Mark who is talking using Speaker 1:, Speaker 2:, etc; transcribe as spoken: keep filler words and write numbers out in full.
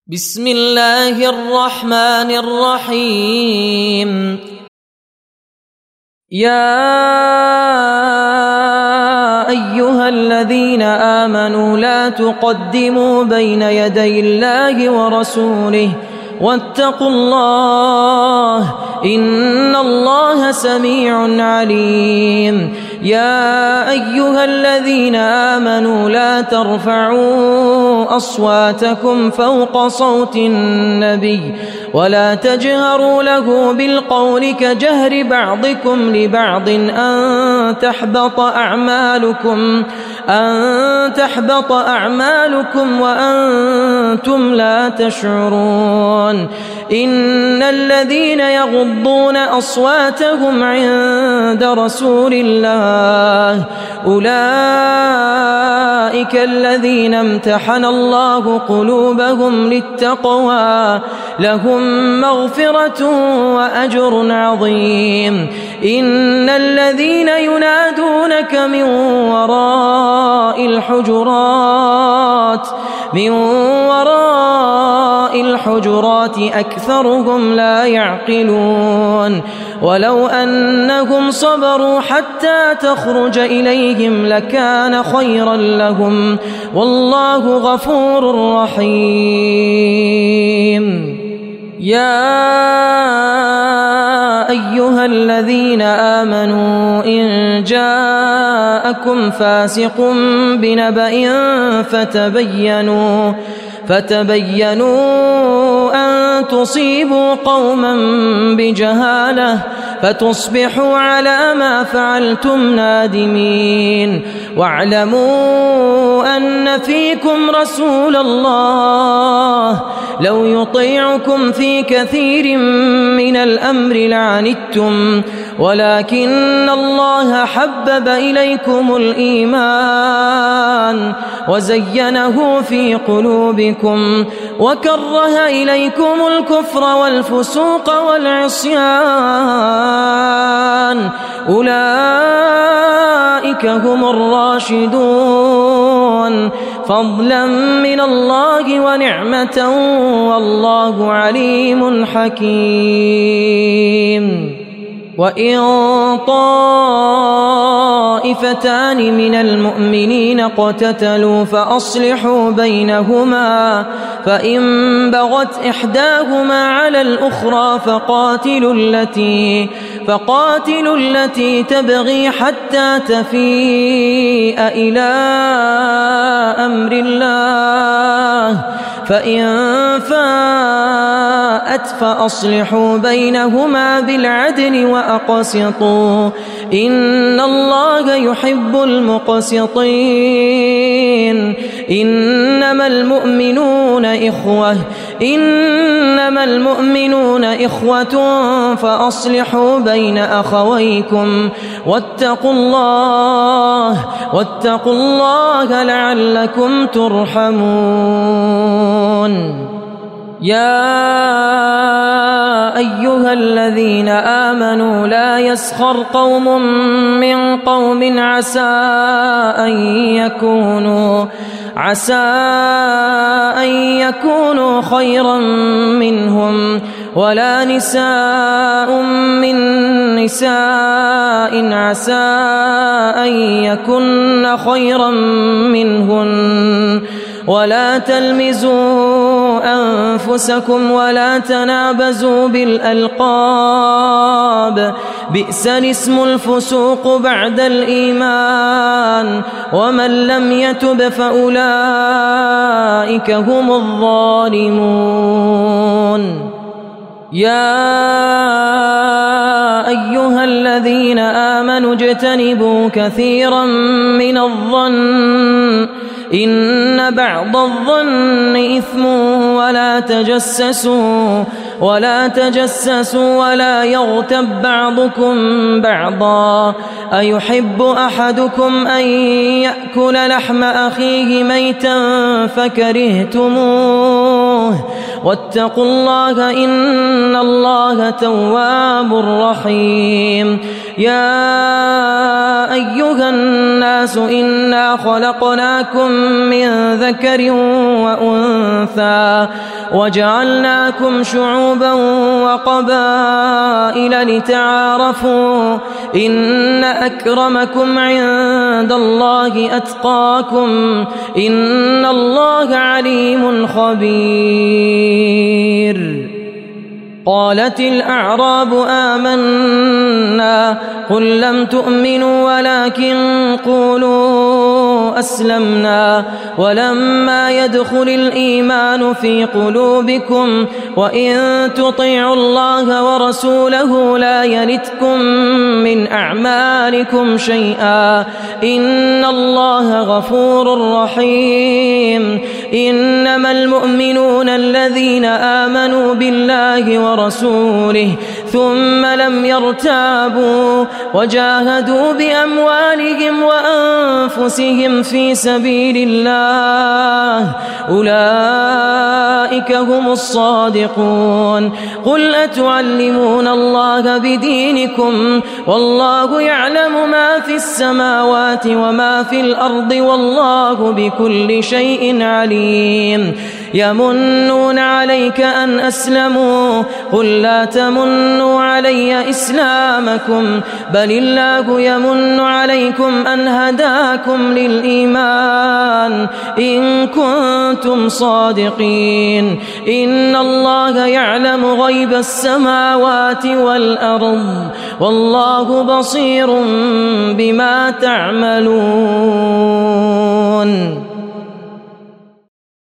Speaker 1: بسم الله الرحمن الرحيم. يا أيها الذين آمنوا لا تقدموا بين يدي الله ورسوله واتقوا الله إن الله سميع عليم. يا أيها الذين آمنوا لا ترفعوا أصواتكم فوق صوت النبي ولا تجهروا له بالقول كجهر بعضكم لبعض أن تحبط أعمالكم أن تحبط أعمالكم وأنتم لا تشعرون. إن الذين يغضون أصواتهم عند رسول الله أولئك الذين امتحن الله قلوبهم للتقوى لهم مغفرة وأجر عظيم. إن الذين ينادونك من وراء الحجرات من وراء الحجرات أكثرهم لا يعقلون. ولو أنهم صبروا حتى تخرج إليهم لكان خيرا لهم والله غفور رحيم. يا أيها الذين آمنوا إن جاءكم فاسق بنبأ فتبينوا فتبينوا أن تصيبوا قوما بجهالة فتصبحوا على ما فعلتم نادمين. واعلموا أن فيكم رسول الله لو يطيعكم في كثير من الأمر لعنتم ولكن الله حبب إليكم الإيمان وزينه في قلوبكم وكره إليكم الكفر والفسوق والعصيان أولئك هم الراشدون فضلا من الله ونعمة والله عليم حكيم. وإن طائفتان من المؤمنين اقتتلوا فأصلحوا بينهما فإن بغت إحداهما على الأخرى فقاتلوا التي فقاتلوا التي تبغي حتى تفيء إلى أمر الله فإن فاءت فأصلحوا بينهما بالعدل وأقسطوا إن الله يحب المقسطين. إنما المؤمنون إخوة إنما المؤمنون إخوة فأصلحوا بين أخويكم واتقوا الله واتقوا الله لعلكم ترحمون. يا أيها الذين آمنوا لا يسخر قوم من قوم عسى أن يكونوا عسى أن يكونوا خيرا منهم ولا نساء من نساء عسى أن يكن خيرا منهن ولا تلمزوا أنفسكم ولا تنابزوا بالألقاب بئس الاسم الفسوق بعد الإيمان ومن لم يتب فأولئك هم الظالمون. يا أيها الذين آمنوا اجتنبوا كثيرا من الظن إن بعض الظن إثم ولا تجسسوا ولا تجسسوا ولا يغتب بعضكم بعضا أيحب أحدكم أن يأكل لحم أخيه ميتا فكرهتموه واتقوا الله إن إن الله تواب رحيم. يا أيها الناس إنا خلقناكم من ذكر وأنثى وجعلناكم شعوبا وقبائل لتعارفوا إن أكرمكم عند الله أتقاكم إن الله عليم خبير. قالت الأعراب آمنا قل لم تؤمنوا ولكن قولوا أسلمنا ولما يدخل الإيمان في قلوبكم وإن تطيعوا الله ورسوله لا يلتكم من أعمالكم شيئا إن الله غفور رحيم. إنما المؤمنون الذين آمنوا بالله ورسوله ثم لم يرتابوا وجاهدوا بأموالهم وأنفسهم في سبيل الله أولئك هم الصادقون. قل أتعلمون الله بدينكم والله يعلم ما في السماوات وما في الأرض والله بكل شيء عليم. يمنون عليك أن أسلموا قل لا تمنوا علي إسلامكم بل الله يمن عليكم أن هداكم للإيمان إن كنتم صادقين. إن الله يعلم غيب السماوات والأرض والله بصير بما تعملون.